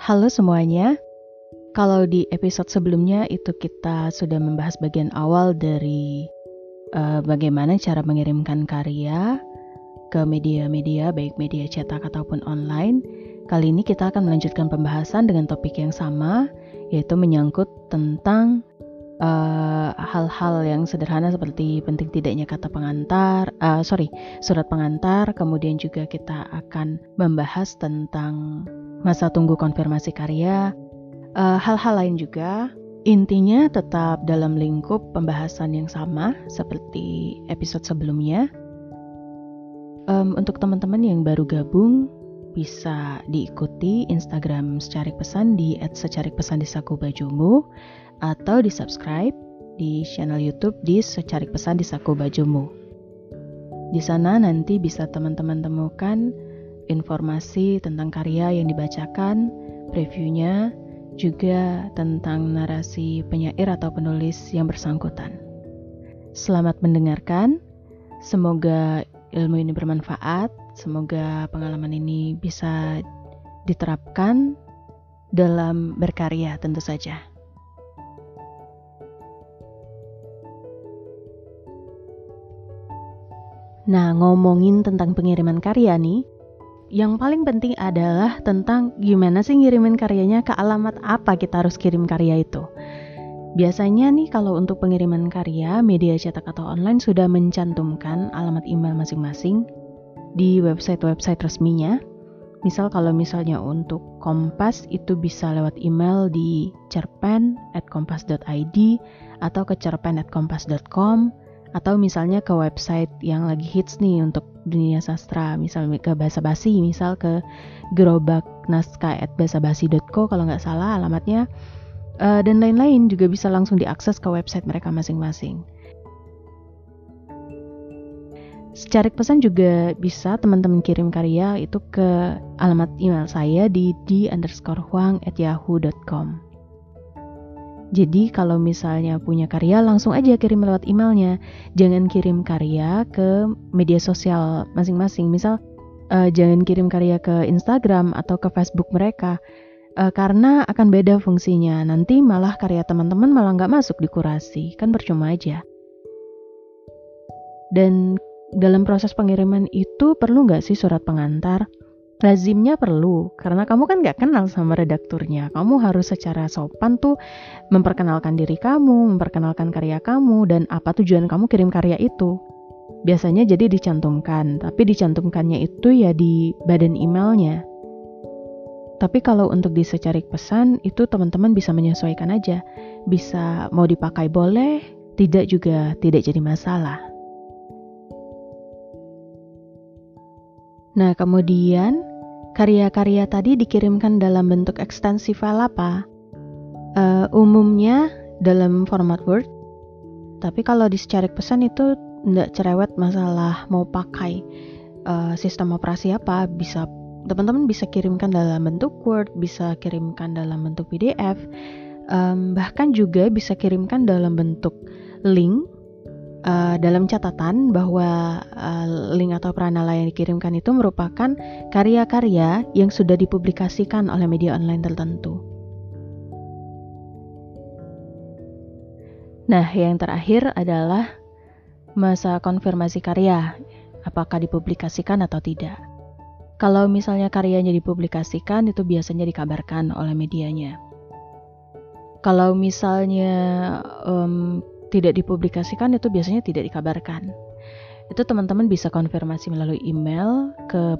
Halo semuanya, kalau di episode sebelumnya itu kita sudah membahas bagian awal dari bagaimana cara mengirimkan karya ke media-media, baik media cetak ataupun online. Kali ini kita akan melanjutkan pembahasan dengan topik yang sama, yaitu menyangkut tentang hal-hal yang sederhana seperti penting tidaknya surat pengantar. Kemudian juga kita akan membahas tentang masa tunggu konfirmasi karya, hal-hal lain juga. Intinya tetap dalam lingkup pembahasan yang sama seperti episode sebelumnya. Untuk teman-teman yang baru gabung, bisa diikuti Instagram Secarik Pesan di @secarikpesandisakubajumu atau di subscribe di channel YouTube di Secarik Pesan di Saku Bajumu. Di sana nanti bisa teman-teman temukan informasi tentang karya yang dibacakan, previewnya, juga tentang narasi penyair atau penulis yang bersangkutan. Selamat mendengarkan, semoga ilmu ini bermanfaat, semoga pengalaman ini bisa diterapkan dalam berkarya tentu saja. Nah, ngomongin tentang pengiriman karya nih, yang paling penting adalah tentang gimana sih ngirimin karyanya, ke alamat apa kita harus kirim karya itu. Biasanya nih kalau untuk pengiriman karya, media cetak atau online sudah mencantumkan alamat email masing-masing di website-website resminya. Misal kalau misalnya untuk Kompas itu bisa lewat email di cerpen@kompas.id atau ke cerpen@kompas.com, atau misalnya ke website yang lagi hits nih untuk dunia sastra, misalnya ke Basabasi, misal ke gerobaknaskah@basabasi.co kalau nggak salah alamatnya, dan lain-lain juga bisa langsung diakses ke website mereka masing-masing. Secarik Pesan juga bisa teman-teman kirim karya itu ke alamat email saya di d_huang@yahoo.com. Jadi kalau misalnya punya karya langsung aja kirim lewat emailnya. Jangan kirim karya ke media sosial masing-masing. Misal jangan kirim karya ke Instagram atau ke Facebook mereka, karena akan beda fungsinya. Nanti malah karya teman-teman malah nggak masuk di kurasi, kan percuma aja. Dan dalam proses pengiriman itu perlu nggak sih surat pengantar? Lazimnya perlu, karena kamu kan gak kenal sama redakturnya. Kamu harus secara sopan tuh memperkenalkan diri kamu, memperkenalkan karya kamu, dan apa tujuan kamu kirim karya itu. Biasanya jadi dicantumkan, tapi dicantumkannya itu ya di badan emailnya. Tapi kalau untuk di Secarik Pesan, itu teman-teman bisa menyesuaikan aja. Bisa mau dipakai boleh, tidak juga tidak jadi masalah. Nah, kemudian karya-karya tadi dikirimkan dalam bentuk ekstensi file apa? Umumnya dalam format Word, tapi kalau di Secarik Pesan itu nggak cerewet masalah mau pakai sistem operasi apa. Teman-teman bisa kirimkan dalam bentuk Word, bisa kirimkan dalam bentuk PDF, bahkan juga bisa kirimkan dalam bentuk link. Dalam catatan bahwa link atau peranala yang dikirimkan itu merupakan karya-karya yang sudah dipublikasikan oleh media online tertentu. Nah, yang terakhir adalah masa konfirmasi karya, apakah dipublikasikan atau tidak. Kalau misalnya karyanya dipublikasikan, itu biasanya dikabarkan oleh medianya. Kalau misalnya tidak dipublikasikan, itu biasanya tidak dikabarkan. Itu teman-teman bisa konfirmasi melalui email ke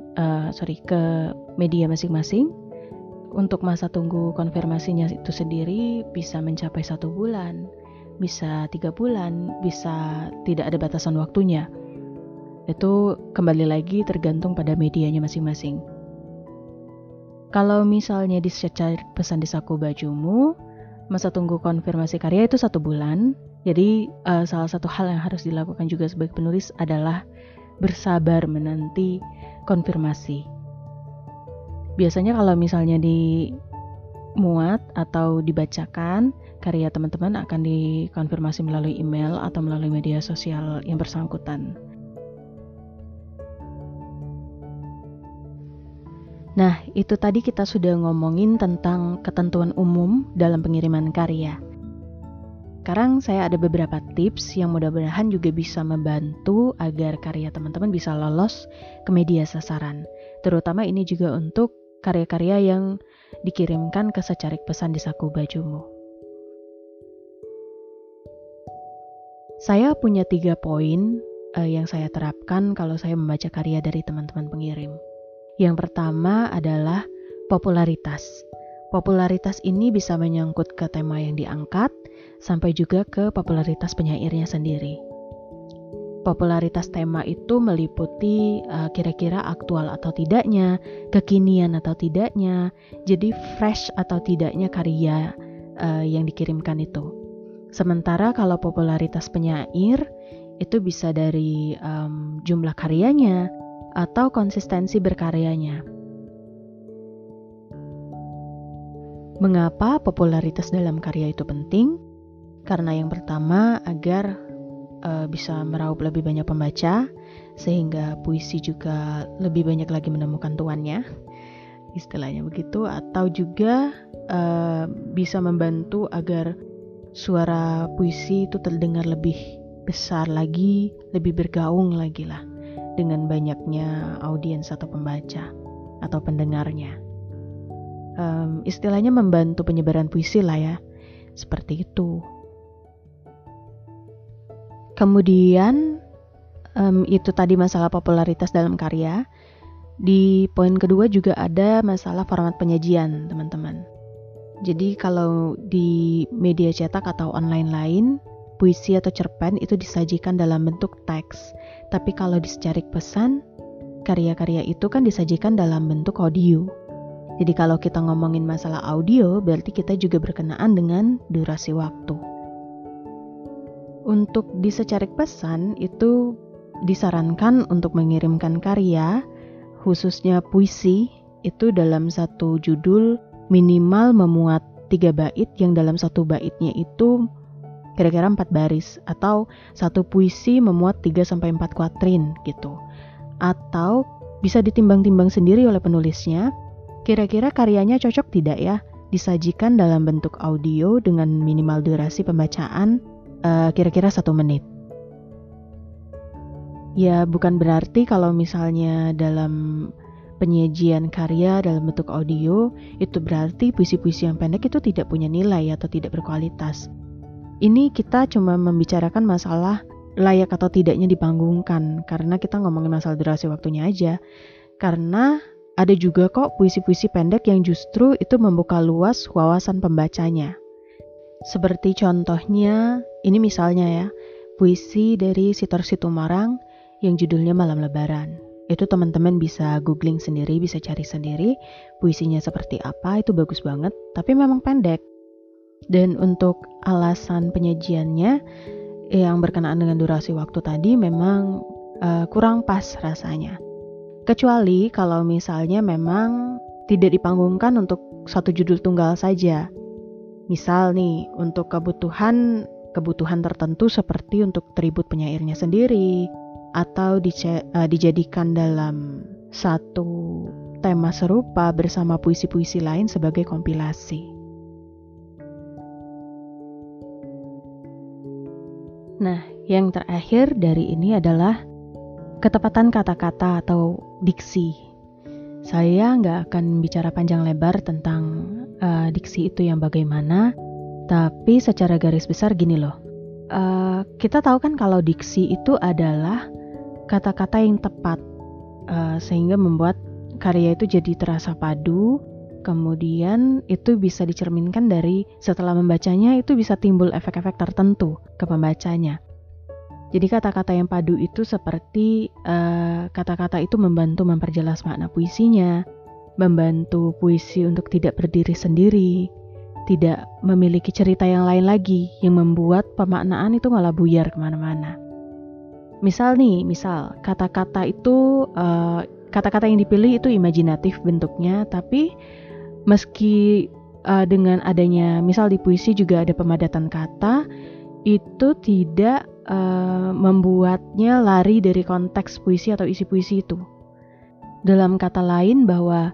media masing-masing. Untuk masa tunggu konfirmasinya itu sendiri bisa mencapai 1 bulan, bisa 3 bulan, bisa tidak ada batasan waktunya. Itu kembali lagi tergantung pada medianya masing-masing. Kalau misalnya di Secarik Pesan di Saku Bajumu, masa tunggu konfirmasi karya itu 1 bulan. Jadi salah satu hal yang harus dilakukan juga sebagai penulis adalah bersabar menanti konfirmasi. Biasanya kalau misalnya dimuat atau dibacakan, karya teman-teman akan dikonfirmasi melalui email atau melalui media sosial yang bersangkutan. Nah, itu tadi kita sudah ngomongin tentang ketentuan umum dalam pengiriman karya. Sekarang saya ada beberapa tips yang mudah-mudahan juga bisa membantu agar karya teman-teman bisa lolos ke media sasaran. Terutama ini juga untuk karya-karya yang dikirimkan ke Secarik Pesan di Saku Bajumu. Saya punya 3 poin yang saya terapkan kalau saya membaca karya dari teman-teman pengirim. Yang pertama adalah popularitas. Popularitas ini bisa menyangkut ke tema yang diangkat, sampai juga ke popularitas penyairnya sendiri. Popularitas tema itu meliputi kira-kira aktual atau tidaknya, kekinian atau tidaknya, jadi fresh atau tidaknya karya yang dikirimkan itu. Sementara kalau popularitas penyair, itu bisa dari jumlah karyanya atau konsistensi berkaryanya. Mengapa popularitas dalam karya itu penting? Karena yang pertama agar bisa meraup lebih banyak pembaca, sehingga puisi juga lebih banyak lagi menemukan tuannya, istilahnya begitu, atau juga bisa membantu agar suara puisi itu terdengar lebih besar lagi, lebih bergaung lagi lah dengan banyaknya audiens atau pembaca atau pendengarnya. Istilahnya membantu penyebaran puisi lah ya, seperti itu. Kemudian itu tadi masalah popularitas dalam karya. Di poin kedua juga ada masalah format penyajian, teman-teman. Jadi kalau di media cetak atau online lain, puisi atau cerpen itu disajikan dalam bentuk teks. Tapi kalau di Secarik Pesan, karya-karya itu kan disajikan dalam bentuk audio. Jadi kalau kita ngomongin masalah audio, berarti kita juga berkenaan dengan durasi waktu. Untuk di Secarik Pesan itu disarankan untuk mengirimkan karya, khususnya puisi, itu dalam satu judul minimal memuat 3 bait yang dalam satu baitnya itu kira-kira 4 baris, atau satu puisi memuat 3-4 kuatrin gitu. Atau bisa ditimbang-timbang sendiri oleh penulisnya, kira-kira karyanya cocok tidak ya disajikan dalam bentuk audio dengan minimal durasi pembacaan kira-kira 1 menit. Ya bukan berarti kalau misalnya dalam penyajian karya dalam bentuk audio itu berarti puisi-puisi yang pendek itu tidak punya nilai atau tidak berkualitas. Ini kita cuma membicarakan masalah layak atau tidaknya dipanggungkan, karena kita ngomongin masalah durasi waktunya aja. Karena ada juga kok puisi-puisi pendek yang justru itu membuka luas wawasan pembacanya. Seperti contohnya, ini misalnya ya, puisi dari Sitor Situmarang yang judulnya Malam Lebaran. Itu teman-teman bisa googling sendiri, bisa cari sendiri puisinya seperti apa, itu bagus banget, tapi memang pendek. Dan untuk alasan penyajiannya yang berkenaan dengan durasi waktu tadi memang kurang pas rasanya. Kecuali kalau misalnya memang tidak dipanggungkan untuk satu judul tunggal saja. Misal nih, untuk kebutuhan tertentu seperti untuk tribut penyairnya sendiri, atau dijadikan dalam satu tema serupa bersama puisi-puisi lain sebagai kompilasi. Nah, yang terakhir dari ini adalah ketepatan kata-kata atau diksi. Saya nggak akan bicara panjang lebar tentang diksi itu yang bagaimana, tapi secara garis besar gini loh. Kita tahu kan kalau diksi itu adalah kata-kata yang tepat, sehingga membuat karya itu jadi terasa padu. Kemudian itu bisa dicerminkan dari setelah membacanya itu bisa timbul efek-efek tertentu ke pembacanya. Jadi kata-kata yang padu itu seperti kata-kata itu membantu memperjelas makna puisinya, membantu puisi untuk tidak berdiri sendiri, tidak memiliki cerita yang lain lagi yang membuat pemaknaan itu malah buyar kemana-mana. Misal kata-kata itu kata-kata yang dipilih itu imajinatif bentuknya, tapi meski dengan adanya misal di puisi juga ada pemadatan kata, itu tidak membuatnya lari dari konteks puisi atau isi puisi itu. Dalam kata lain, bahwa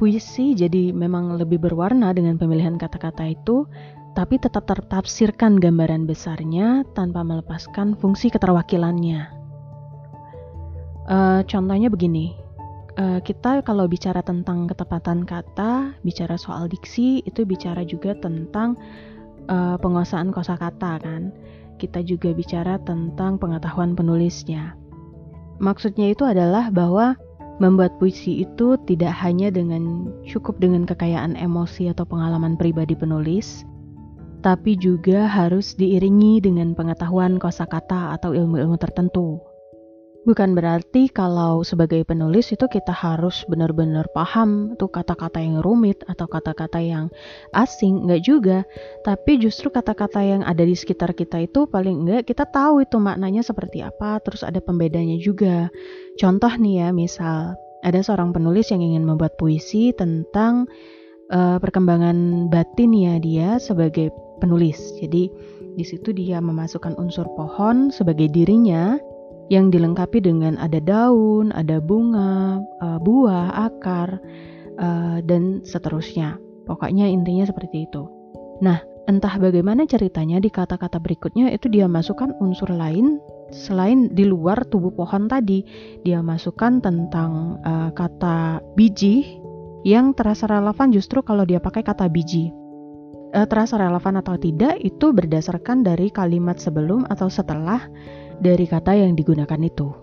puisi jadi memang lebih berwarna dengan pemilihan kata-kata itu, tapi tetap tertafsirkan gambaran besarnya tanpa melepaskan fungsi keterwakilannya. Contohnya begini, kita kalau bicara tentang ketepatan kata, bicara soal diksi, itu bicara juga tentang penguasaan kosakata kan. Kita juga bicara tentang pengetahuan penulisnya. Maksudnya itu adalah bahwa membuat puisi itu tidak hanya cukup dengan kekayaan emosi atau pengalaman pribadi penulis, tapi juga harus diiringi dengan pengetahuan kosakata atau ilmu-ilmu tertentu. Bukan berarti kalau sebagai penulis itu kita harus benar-benar paham tuh kata-kata yang rumit atau kata-kata yang asing, enggak juga. Tapi justru kata-kata yang ada di sekitar kita itu paling enggak kita tahu itu maknanya seperti apa, terus ada pembedanya juga. Contoh nih ya, misal ada seorang penulis yang ingin membuat puisi tentang perkembangan batin ya dia sebagai penulis. Jadi di situ dia memasukkan unsur pohon sebagai dirinya, yang dilengkapi dengan ada daun, ada bunga, buah, akar, dan seterusnya. Pokoknya intinya seperti itu. Nah, entah bagaimana ceritanya di kata-kata berikutnya itu dia masukkan unsur lain selain di luar tubuh pohon tadi. Dia masukkan tentang kata biji yang terasa relevan justru kalau dia pakai kata biji. Terasa relevan atau tidak itu berdasarkan dari kalimat sebelum atau setelah dari kata yang digunakan itu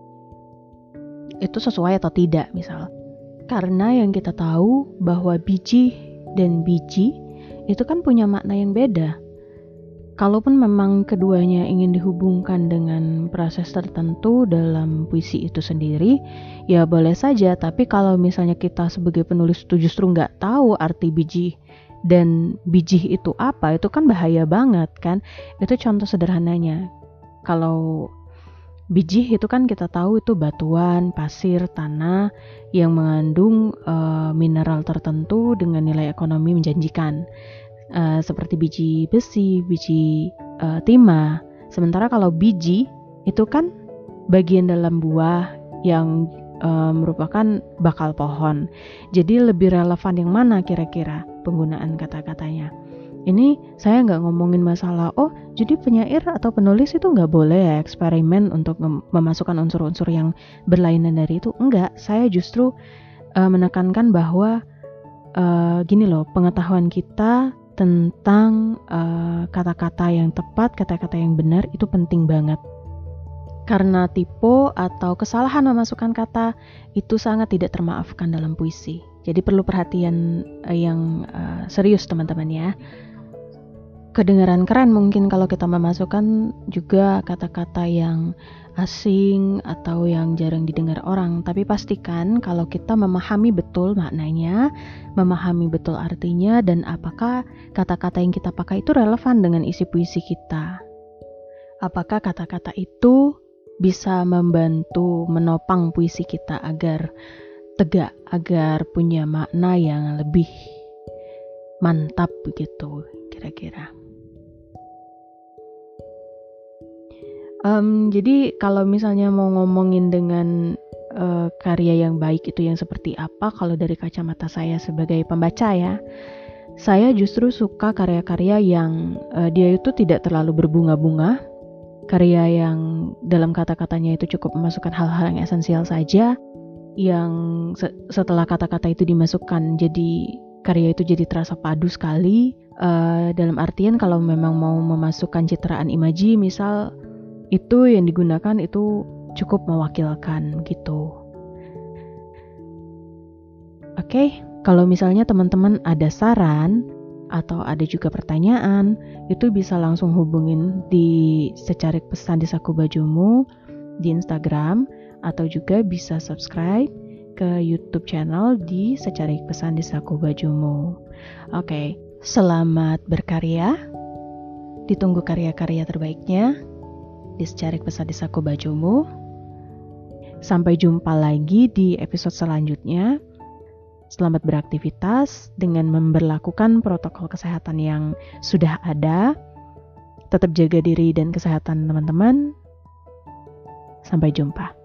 sesuai atau tidak misal. Karena yang kita tahu bahwa biji dan biji itu kan punya makna yang beda. Kalaupun memang keduanya ingin dihubungkan dengan proses tertentu dalam puisi itu sendiri, ya boleh saja. Tapi kalau misalnya kita sebagai penulis itu justru nggak tahu arti biji dan biji itu apa, itu kan bahaya banget kan. Itu contoh sederhananya. Kalau biji itu kan kita tahu itu batuan, pasir, tanah yang mengandung mineral tertentu dengan nilai ekonomi menjanjikan, seperti biji besi, biji timah. Sementara kalau biji itu kan bagian dalam buah yang merupakan bakal pohon. Jadi lebih relevan yang mana kira-kira penggunaan kata-katanya? Ini saya nggak ngomongin masalah, jadi penyair atau penulis itu nggak boleh ya eksperimen untuk memasukkan unsur-unsur yang berlainan dari itu. Enggak, saya justru menekankan bahwa gini loh, pengetahuan kita tentang kata-kata yang tepat, kata-kata yang benar itu penting banget. Karena typo atau kesalahan memasukkan kata itu sangat tidak termaafkan dalam puisi. Jadi perlu perhatian yang serius teman-teman ya. Kedengaran keren mungkin kalau kita memasukkan juga kata-kata yang asing atau yang jarang didengar orang. Tapi pastikan kalau kita memahami betul maknanya, memahami betul artinya, dan apakah kata-kata yang kita pakai itu relevan dengan isi puisi kita. Apakah kata-kata itu bisa membantu menopang puisi kita agar tegak, agar punya makna yang lebih mantap begitu kira-kira. Jadi kalau misalnya mau ngomongin dengan karya yang baik itu yang seperti apa, kalau dari kacamata saya sebagai pembaca ya, saya justru suka karya-karya yang dia itu tidak terlalu berbunga-bunga, karya yang dalam kata-katanya itu cukup memasukkan hal-hal yang esensial saja, yang setelah kata-kata itu dimasukkan jadi karya itu jadi terasa padu sekali, dalam artian kalau memang mau memasukkan citraan imaji misal, itu yang digunakan itu cukup mewakilkan gitu. Oke, kalau misalnya teman-teman ada saran atau ada juga pertanyaan, itu bisa langsung hubungin di Secarik Pesan di Saku Bajumu di Instagram, atau juga bisa subscribe ke YouTube channel di Secarik Pesan di Saku Bajumu. Oke, selamat berkarya. Ditunggu karya-karya terbaiknya di Secarik Pesan di Saku Bajumu. Sampai jumpa lagi di episode selanjutnya. Selamat beraktivitas dengan memberlakukan protokol kesehatan yang sudah ada. Tetap jaga diri dan kesehatan teman-teman. Sampai jumpa.